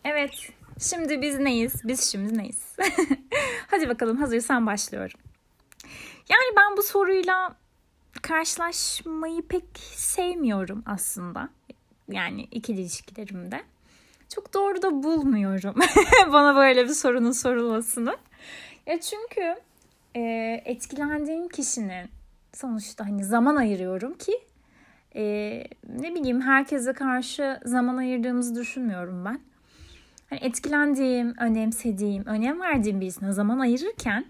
Evet, şimdi biz neyiz? Biz şimdi neyiz? Hadi bakalım, hazırsan başlıyorum. Yani ben bu soruyla karşılaşmayı pek sevmiyorum aslında. Yani ikili ilişkilerimde. Çok doğru da bulmuyorum bana böyle bir sorunun sorulmasını. Ya çünkü etkilendiğim kişinin sonuçta hani zaman ayırıyorum ki e, ne bileyim herkese karşı zaman ayırdığımızı düşünmüyorum ben. Hani etkilendiğim, önemsediğim, önem verdiğim birisine zaman ayırırken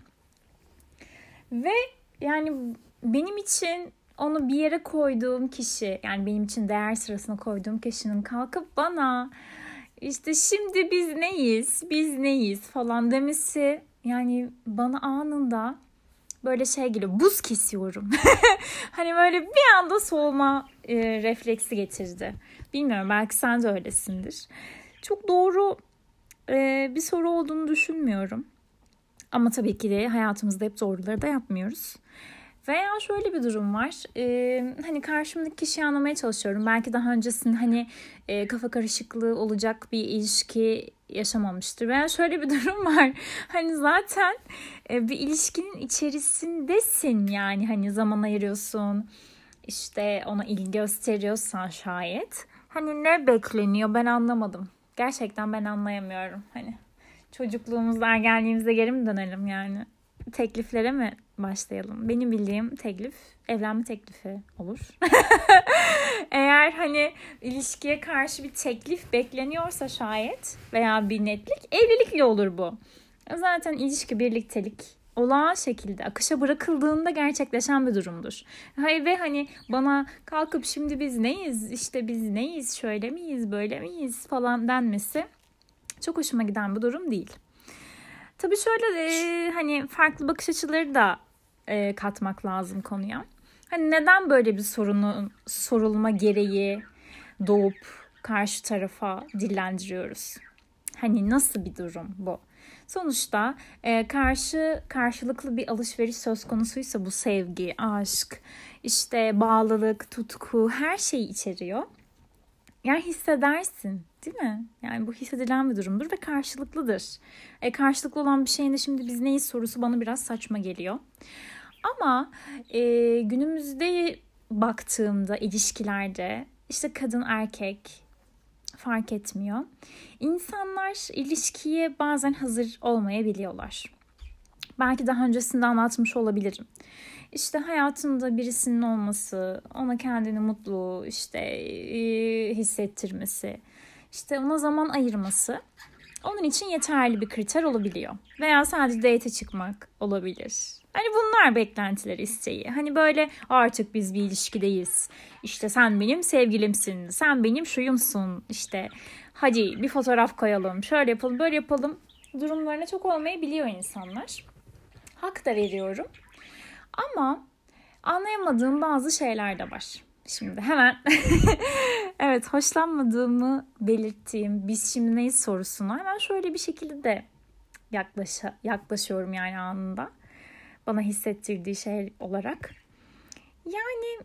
ve yani benim için onu bir yere koyduğum kişi, yani benim için değer sırasına koyduğum kişinin kalkıp bana işte şimdi biz neyiz, biz neyiz falan demesi, yani bana anında böyle şey geliyor, buz kesiyorum. Hani böyle bir anda soğuma refleksi getirdi. Bilmiyorum, belki sen de öylesindir. Çok doğru bir soru olduğunu düşünmüyorum. Ama tabii ki de hayatımızda hep doğruları da yapmıyoruz. Veya şöyle bir durum var. Hani karşımdaki kişiyi anlamaya çalışıyorum. Belki daha öncesinde hani kafa karışıklığı olacak bir ilişki yaşamamıştır. Veya şöyle bir durum var. Hani zaten bir ilişkinin içerisindesin, yani hani zaman ayırıyorsun. İşte ona ilgi gösteriyorsan şayet. Hani ne bekleniyor, ben anlamadım. Gerçekten ben anlayamıyorum. Hani çocukluğumuzda, ergenliğimize geri mi dönelim yani? Tekliflere mi başlayalım? Benim bildiğim teklif evlenme teklifi olur. Eğer hani ilişkiye karşı bir teklif bekleniyorsa şayet veya bir netlik, evlilikle olur bu. Zaten ilişki, birliktelik olağan şekilde akışa bırakıldığında gerçekleşen bir durumdur. Hayır, ve hani bana kalkıp şimdi biz neyiz, işte biz neyiz, şöyle miyiz, böyle miyiz falan denmesi çok hoşuma giden bir durum değil. Tabii şöyle hani farklı bakış açıları da katmak lazım konuya. Hani neden böyle bir sorunun sorulma gereği doğup karşı tarafa dillendiriyoruz? Hani nasıl bir durum bu? Sonuçta karşılıklı bir alışveriş söz konusuysa bu sevgi, aşk, işte bağlılık, tutku her şeyi içeriyor. Yani hissedersin, değil mi? Yani bu hissedilen bir durumdur ve karşılıklıdır. Karşılıklı olan bir şeyin de şimdi biz neyiz sorusu bana biraz saçma geliyor. Ama günümüzde baktığımda ilişkilerde işte kadın erkek fark etmiyor. İnsanlar ilişkiye bazen hazır olmayabiliyorlar. Belki daha öncesinde anlatmış olabilirim. İşte hayatında birisinin olması, ona kendini mutlu işte hissettirmesi, işte ona zaman ayırması onun için yeterli bir kriter olabiliyor. Veya sadece date çıkmak olabilir. Hani bunlar beklentiler, isteği. Hani böyle artık biz bir ilişkideyiz. İşte sen benim sevgilimsin, sen benim şuyumsun. İşte hadi bir fotoğraf koyalım, şöyle yapalım, böyle yapalım durumlarına çok olmayabiliyor insanlar. Hak da veriyorum. Ama anlayamadığım bazı şeyler de var. Şimdi hemen evet, hoşlanmadığımı belirttiğim biz şimdi neyiz sorusuna hemen şöyle bir şekilde de yaklaşıyorum yani anında. Bana hissettirdiği şey olarak. Yani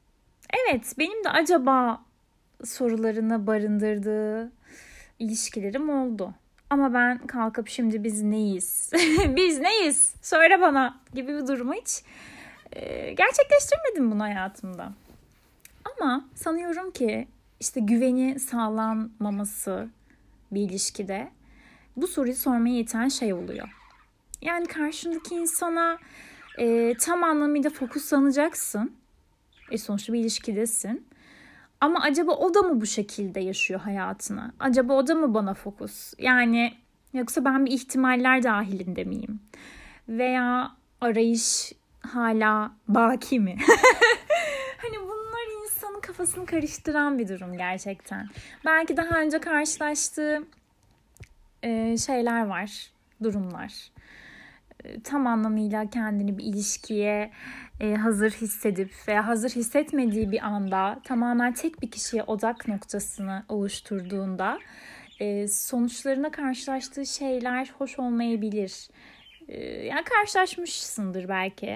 evet, benim de acaba sorularını barındırdığı ilişkilerim oldu. Ama ben kalkıp şimdi biz neyiz? Biz neyiz? Söyle bana gibi bir durumu hiç gerçekleştirmedim bunu hayatımda. Ama sanıyorum ki işte güveni sağlanmaması bir ilişkide bu soruyu sormaya iten şey oluyor. Yani karşındaki insana tam anlamıyla fokuslanacaksın. Sonuçta bir ilişkidesin. Ama acaba o da mı bu şekilde yaşıyor hayatını? Acaba o da mı bana fokus? Yani yoksa ben bir ihtimaller dahilinde miyim? Veya arayış hala baki mi? Hani bunlar insanın kafasını karıştıran bir durum gerçekten. Belki daha önce karşılaştığı şeyler var, durumlar. Tam anlamıyla kendini bir ilişkiye hazır hissedip veya hazır hissetmediği bir anda tamamen tek bir kişiye odak noktasını oluşturduğunda sonuçlarına karşılaştığı şeyler hoş olmayabilir. Yani karşılaşmışsındır belki.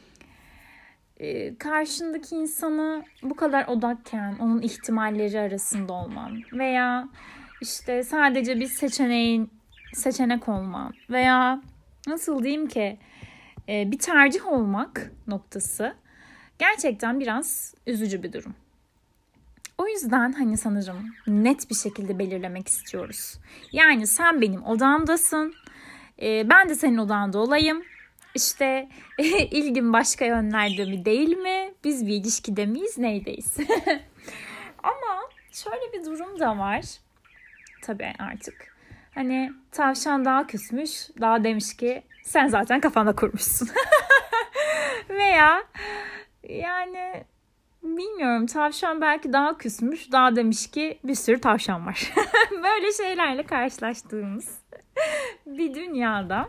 Karşındaki insana bu kadar odakken onun ihtimalleri arasında olman veya işte sadece bir seçenek olman veya nasıl diyeyim ki bir tercih olmak noktası gerçekten biraz üzücü bir durum. O yüzden hani sanırım net bir şekilde belirlemek istiyoruz. Yani sen benim odağımdasın, ben de senin odağında olayım. İşte ilgin başka yönlerde mi değil mi? Biz bir ilişkide miyiz, neydeyiz? Ama şöyle bir durum da var. Tabii artık. Hani tavşan daha küsmüş, daha demiş ki sen zaten kafanda kurmuşsun. Veya yani bilmiyorum, tavşan belki daha küsmüş, daha demiş ki bir sürü tavşan var. Böyle şeylerle karşılaştığımız bir dünyada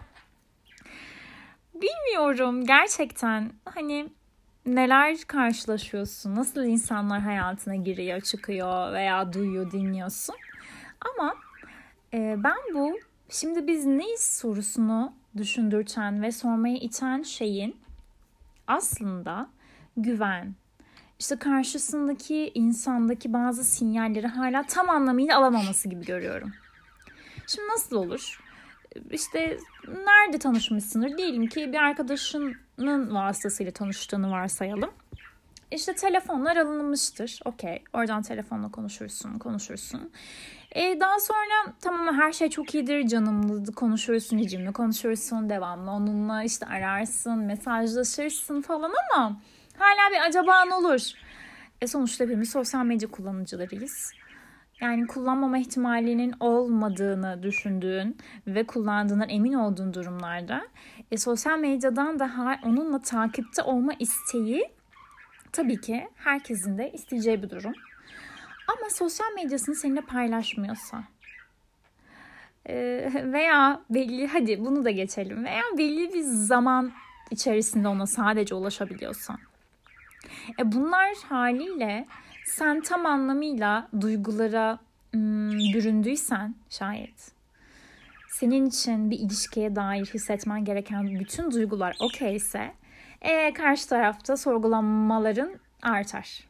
bilmiyorum gerçekten hani neler karşılaşıyorsun, nasıl insanlar hayatına giriyor, çıkıyor veya duyuyor, dinliyorsun. Ama ben bu şimdi biz neyiz sorusunu düşündürten ve sormaya iten şeyin aslında güven. İşte karşısındaki insandaki bazı sinyalleri hala tam anlamıyla alamaması gibi görüyorum. Şimdi nasıl olur? İşte nerede tanışmışsındır? Diyelim ki bir arkadaşının vasıtasıyla tanıştığını varsayalım. İşte telefonlar alınmıştır. Okey. Oradan telefonla konuşursun. Daha sonra tamam her şey çok iyidir. Canımlı konuşursun, hicimli konuşursun. Devamlı onunla işte ararsın, mesajlaşırsın falan ama hala bir acaban olur. Sonuçta hepimiz sosyal medya kullanıcılarıyız. Yani kullanmama ihtimalinin olmadığını düşündüğün ve kullandığından emin olduğun durumlarda sosyal medyadan daha onunla takipte olma isteği tabii ki herkesin de isteyeceği bir durum. Ama sosyal medyasını seninle paylaşmıyorsa veya hadi bunu da geçelim, veya belli bir zaman içerisinde ona sadece ulaşabiliyorsan bunlar haliyle sen tam anlamıyla duygulara büründüysen şayet senin için bir ilişkiye dair hissetmen gereken bütün duygular okeyse karşı tarafta sorgulamaların artar.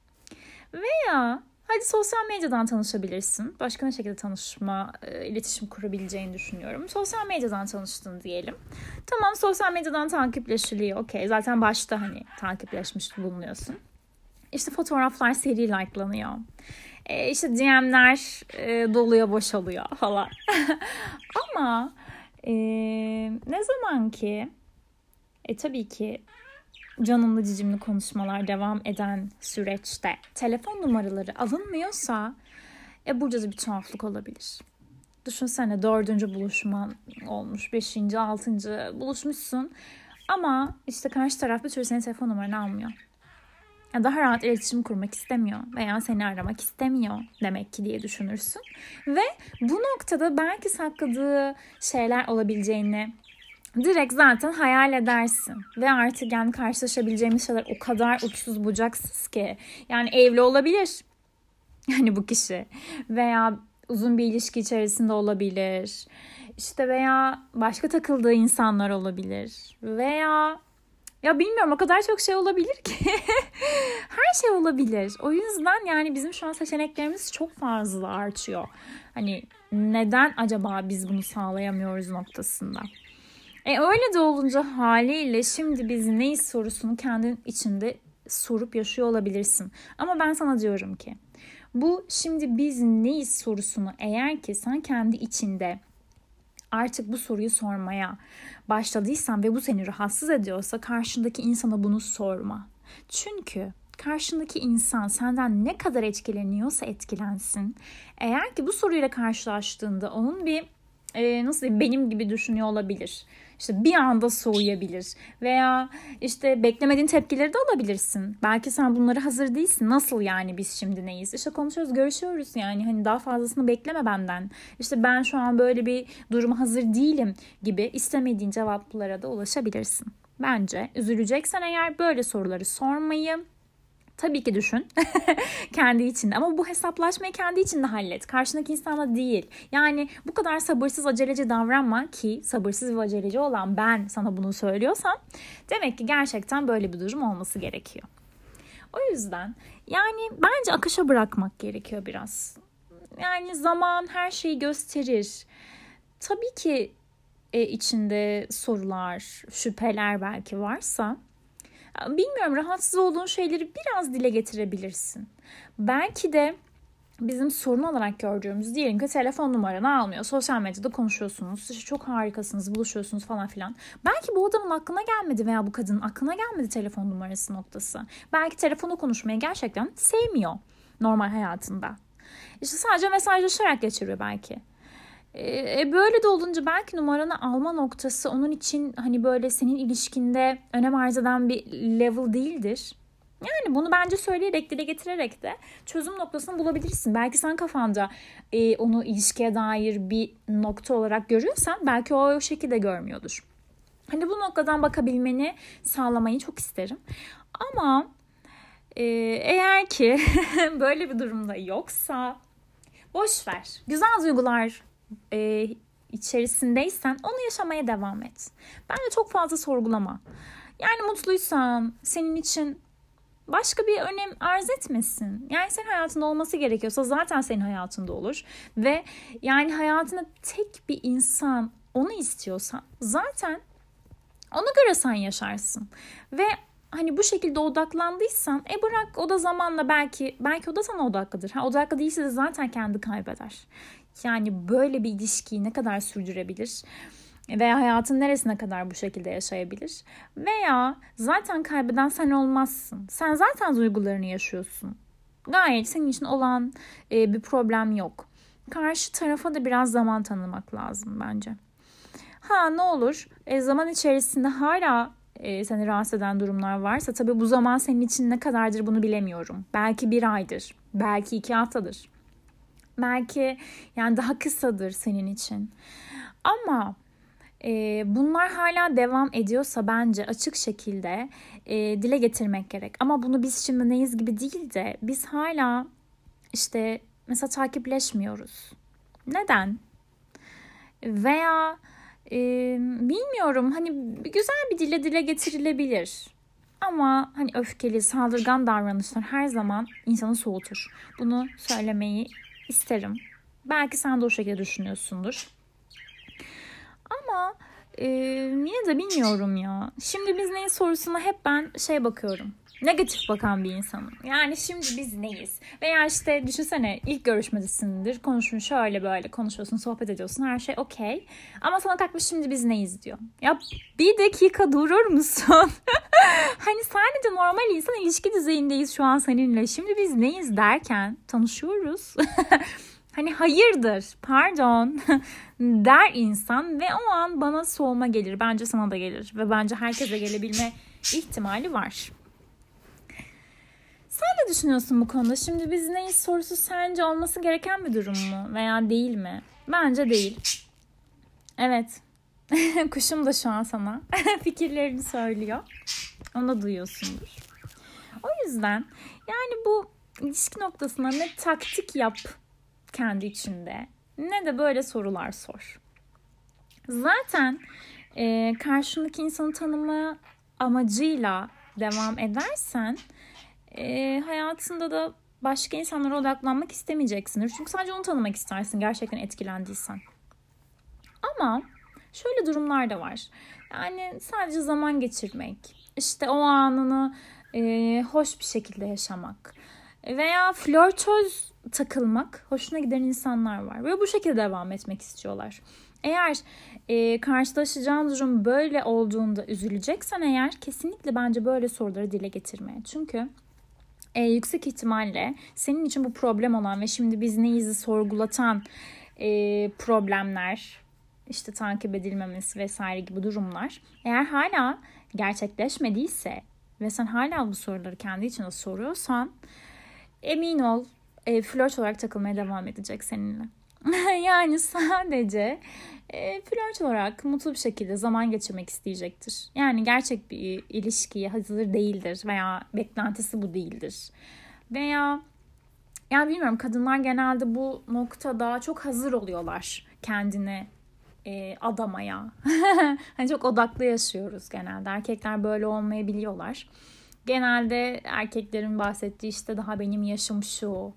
Veya hadi sosyal medyadan tanışabilirsin. Başka ne şekilde iletişim kurabileceğini düşünüyorum. Sosyal medyadan tanıştın diyelim. Tamam, sosyal medyadan takipleşiliyor. Okey. Zaten başta hani takipleşmiş bulunuyorsun. İşte fotoğraflar seri like'lanıyor. İşte DM'ler doluyor, boşalıyor falan. Ama ne zaman ki tabii ki canımlı cicimli konuşmalar devam eden süreçte telefon numaraları alınmıyorsa burada da bir tuhaflık olabilir. Düşünsene 4. buluşman olmuş, 5. 6. buluşmuşsun ama işte karşı taraf bir türlü senin telefon numaranı almıyor. Daha rahat iletişim kurmak istemiyor veya seni aramak istemiyor demek ki diye düşünürsün. Ve bu noktada belki sakladığı şeyler olabileceğini direkt zaten hayal edersin. Ve artık yani karşılaşabileceğimiz şeyler o kadar uçsuz bucaksız ki. Yani evli olabilir. Yani bu kişi. Veya uzun bir ilişki içerisinde olabilir. İşte veya başka takıldığı insanlar olabilir. Veya ya bilmiyorum, o kadar çok şey olabilir ki. Her şey olabilir. O yüzden yani bizim şu an seçeneklerimiz çok fazla artıyor. Hani neden acaba biz bunu sağlayamıyoruz noktasında. Öyle de olunca haliyle şimdi biz neyiz sorusunu kendin içinde sorup yaşıyor olabilirsin. Ama ben sana diyorum ki bu şimdi biz neyiz sorusunu eğer ki sen kendi içinde artık bu soruyu sormaya başladıysan ve bu seni rahatsız ediyorsa karşındaki insana bunu sorma. Çünkü karşındaki insan senden ne kadar etkileniyorsa etkilensin. Eğer ki bu soruyla karşılaştığında onun bir nasıl diyeyim, benim gibi düşünüyor olabilir. İşte bir anda soğuyabilir veya işte beklemediğin tepkileri de alabilirsin. Belki sen bunlara hazır değilsin. Nasıl yani biz şimdi neyiz? İşte konuşuyoruz, görüşüyoruz yani hani daha fazlasını bekleme benden. İşte ben şu an böyle bir duruma hazır değilim gibi istemediğin cevaplara da ulaşabilirsin. Bence üzüleceksen eğer böyle soruları sormayı tabii ki düşün kendi içinde, ama bu hesaplaşmayı kendi içinde hallet. Karşındaki insana değil. Yani bu kadar sabırsız, aceleci davranma ki sabırsız ve aceleci olan ben sana bunu söylüyorsam demek ki gerçekten böyle bir durum olması gerekiyor. O yüzden yani bence akışa bırakmak gerekiyor biraz. Yani zaman her şeyi gösterir. Tabii ki içinde sorular, şüpheler belki varsa, bilmiyorum, rahatsız olduğun şeyleri biraz dile getirebilirsin. Belki de bizim sorun olarak gördüğümüz, diyelim ki telefon numaranı almıyor. Sosyal medyada konuşuyorsunuz. İşte çok harikasınız, buluşuyorsunuz falan filan. Belki bu adamın aklına gelmedi veya bu kadının aklına gelmedi telefon numarası noktası. Belki telefonu konuşmayı gerçekten sevmiyor normal hayatında. İşte sadece mesajlaşarak geçiriyor belki. Böyle de olunca belki numaranı alma noktası onun için hani böyle senin ilişkinde önem arz eden bir level değildir. Yani bunu bence söyleyerek, dile getirerek de çözüm noktasını bulabilirsin. Belki sen kafanda onu ilişkiye dair bir nokta olarak görüyorsan belki o şekilde görmüyordur. Hani bu noktadan bakabilmeni sağlamayı çok isterim. Ama eğer ki böyle bir durumda yoksa boş ver. Güzel duygular içerisindeysen onu yaşamaya devam et. Bence çok fazla sorgulama. Yani mutluysan senin için başka bir önem arz etmesin. Yani senin hayatında olması gerekiyorsa zaten senin hayatında olur. Ve yani hayatında tek bir insan onu istiyorsan zaten ona göre sen yaşarsın. Ve hani bu şekilde odaklandıysan bırak, o da zamanla belki o da sana odaklıdır. Odaklı değilse de zaten kendi kaybeder. Yani böyle bir ilişkiyi ne kadar sürdürebilir? Veya hayatın neresine kadar bu şekilde yaşayabilir? Veya zaten kaybeden sen olmazsın. Sen zaten duygularını yaşıyorsun. Gayet senin için olan bir problem yok. Karşı tarafa da biraz zaman tanımak lazım bence. Ne olur zaman içerisinde hala seni rahatsız eden durumlar varsa, tabii bu zaman senin için ne kadardır bunu bilemiyorum. Belki 1 aydır, belki 2 haftadır. Belki yani daha kısadır senin için. Ama bunlar hala devam ediyorsa bence açık şekilde dile getirmek gerek. Ama bunu biz şimdi neyiz gibi değil de biz hala işte mesela takipleşmiyoruz. Neden? Veya bilmiyorum, hani güzel bir dile getirilebilir. Ama hani öfkeli, saldırgan davranışlar her zaman insanı soğutur. Bunu söylemeyi isterim. Belki sen de o şekilde düşünüyorsundur. Ama niye de bilmiyorum ya. Şimdi biz neyiz sorusuna hep ben bakıyorum. Negatif bakan bir insanım. Yani şimdi biz neyiz? Veya işte düşünsene, ilk görüşmedesindir. Konuşmuş, şöyle böyle konuşuyorsun, sohbet ediyorsun. Her şey okey. Ama sana kalkmış şimdi biz neyiz diyor. Ya bir dakika durur musun? Hani sadece normal insan ilişki düzeyindeyiz şu an seninle. Şimdi biz neyiz derken tanışıyoruz. Hani hayırdır, pardon der insan ve o an bana soğuma gelir. Bence sana da gelir ve bence herkese gelebilme ihtimali var. Sen ne düşünüyorsun bu konuda? Şimdi biz neyiz sorusu sence olması gereken bir durum mu veya değil mi? Bence değil. Evet. Kuşum da şu an sana fikirlerini söylüyor. Onu da duyuyorsundur. O yüzden yani bu ilişki noktasına ne taktik yap kendi içinde, ne de böyle sorular sor. Zaten karşındaki insanı tanıma amacıyla devam edersen hayatında da başka insanlara odaklanmak istemeyeceksindir. Çünkü sadece onu tanımak istersin gerçekten etkilendiysen. Ama şöyle durumlar da var. Yani sadece zaman geçirmek, işte o anını hoş bir şekilde yaşamak veya flörtöz takılmak hoşuna giden insanlar var. Ve bu şekilde devam etmek istiyorlar. Eğer karşılaşacağın durum böyle olduğunda üzüleceksen eğer, kesinlikle bence böyle soruları dile getirme. Çünkü yüksek ihtimalle senin için bu problem olan ve şimdi biz neyizi sorgulatan problemler, işte takip edilmemesi vesaire gibi durumlar eğer hala gerçekleşmediyse ve sen hala bu soruları kendi içine soruyorsan, emin ol flört olarak takılmaya devam edecek seninle. Yani sadece flört olarak mutlu bir şekilde zaman geçirmek isteyecektir. Yani gerçek bir ilişkiye hazır değildir veya beklentisi bu değildir. Veya yani bilmiyorum, kadınlar genelde bu noktada çok hazır oluyorlar kendine adamaya. Hani çok odaklı yaşıyoruz genelde. Erkekler böyle olmayabiliyorlar. Genelde erkeklerin bahsettiği işte daha benim yaşım şu,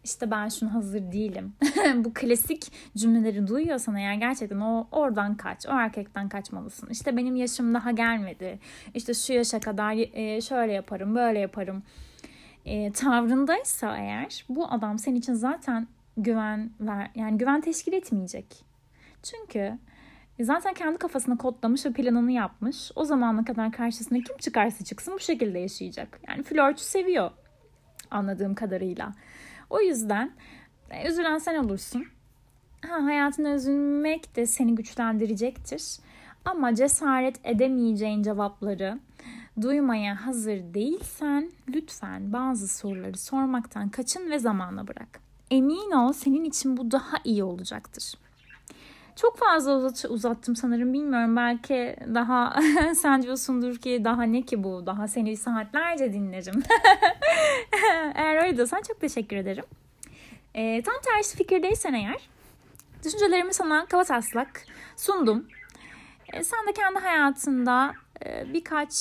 İşte ben şuna hazır değilim. Bu klasik cümleleri duyuyorsan eğer gerçekten oradan kaç. O erkekten kaçmalısın. İşte benim yaşım daha gelmedi. İşte şu yaşa kadar şöyle yaparım, böyle yaparım. Tavrındaysa eğer bu adam senin için zaten güven teşkil etmeyecek. Çünkü zaten kendi kafasına kodlamış ve planını yapmış. O zamana kadar karşısına kim çıkarsa çıksın bu şekilde yaşayacak. Yani flörtü seviyor anladığım kadarıyla. O yüzden üzülen sen olursun. Hayatına üzülmek de seni güçlendirecektir. Ama cesaret edemeyeceğin cevapları duymaya hazır değilsen lütfen bazı soruları sormaktan kaçın ve zamanla bırak. Emin ol senin için bu daha iyi olacaktır. Çok fazla uzattım sanırım, bilmiyorum. Belki daha sen diyorsundur ki daha ne ki bu? Daha seni saatlerce dinlerim. Eğer öyle diyorsan çok teşekkür ederim. Tam tersi fikirdeysen eğer düşüncelerimi sana kabataslak sundum. Sen de kendi hayatında birkaç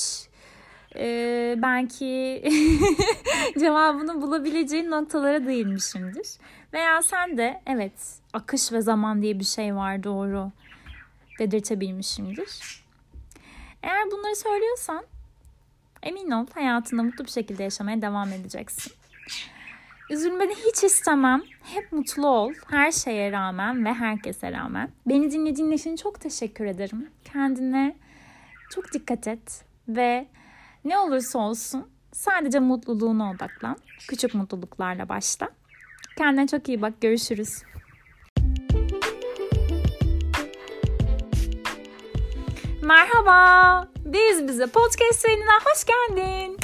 belki cevabını bulabileceğin noktalara değinmişimdir. Veya sen de evet akış ve zaman diye bir şey var, doğru dedirtebilmişimdir. Eğer bunları söylüyorsan emin ol hayatında mutlu bir şekilde yaşamaya devam edeceksin. Üzülmeni hiç istemem. Hep mutlu ol. Her şeye rağmen ve herkese rağmen. Beni dinlediğin için çok teşekkür ederim. Kendine çok dikkat et. Ve ne olursa olsun sadece mutluluğuna odaklan. Küçük mutluluklarla başla. Kendine çok iyi bak. Görüşürüz. Merhaba. Biz bize podcast seninle hoş geldin.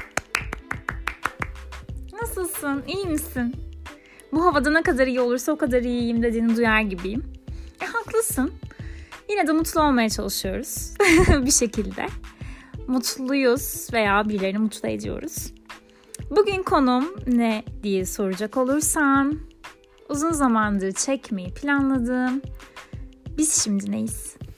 Nasılsın? İyi misin? Bu havada ne kadar iyi olursa o kadar iyiyim dediğini duyar gibiyim. Haklısın. Yine de mutlu olmaya çalışıyoruz bir şekilde. Mutluyuz veya birilerini mutlu ediyoruz. Bugün konum ne diye soracak olursan, uzun zamandır çekmeyi planladığım Biz Şimdi Neyiz?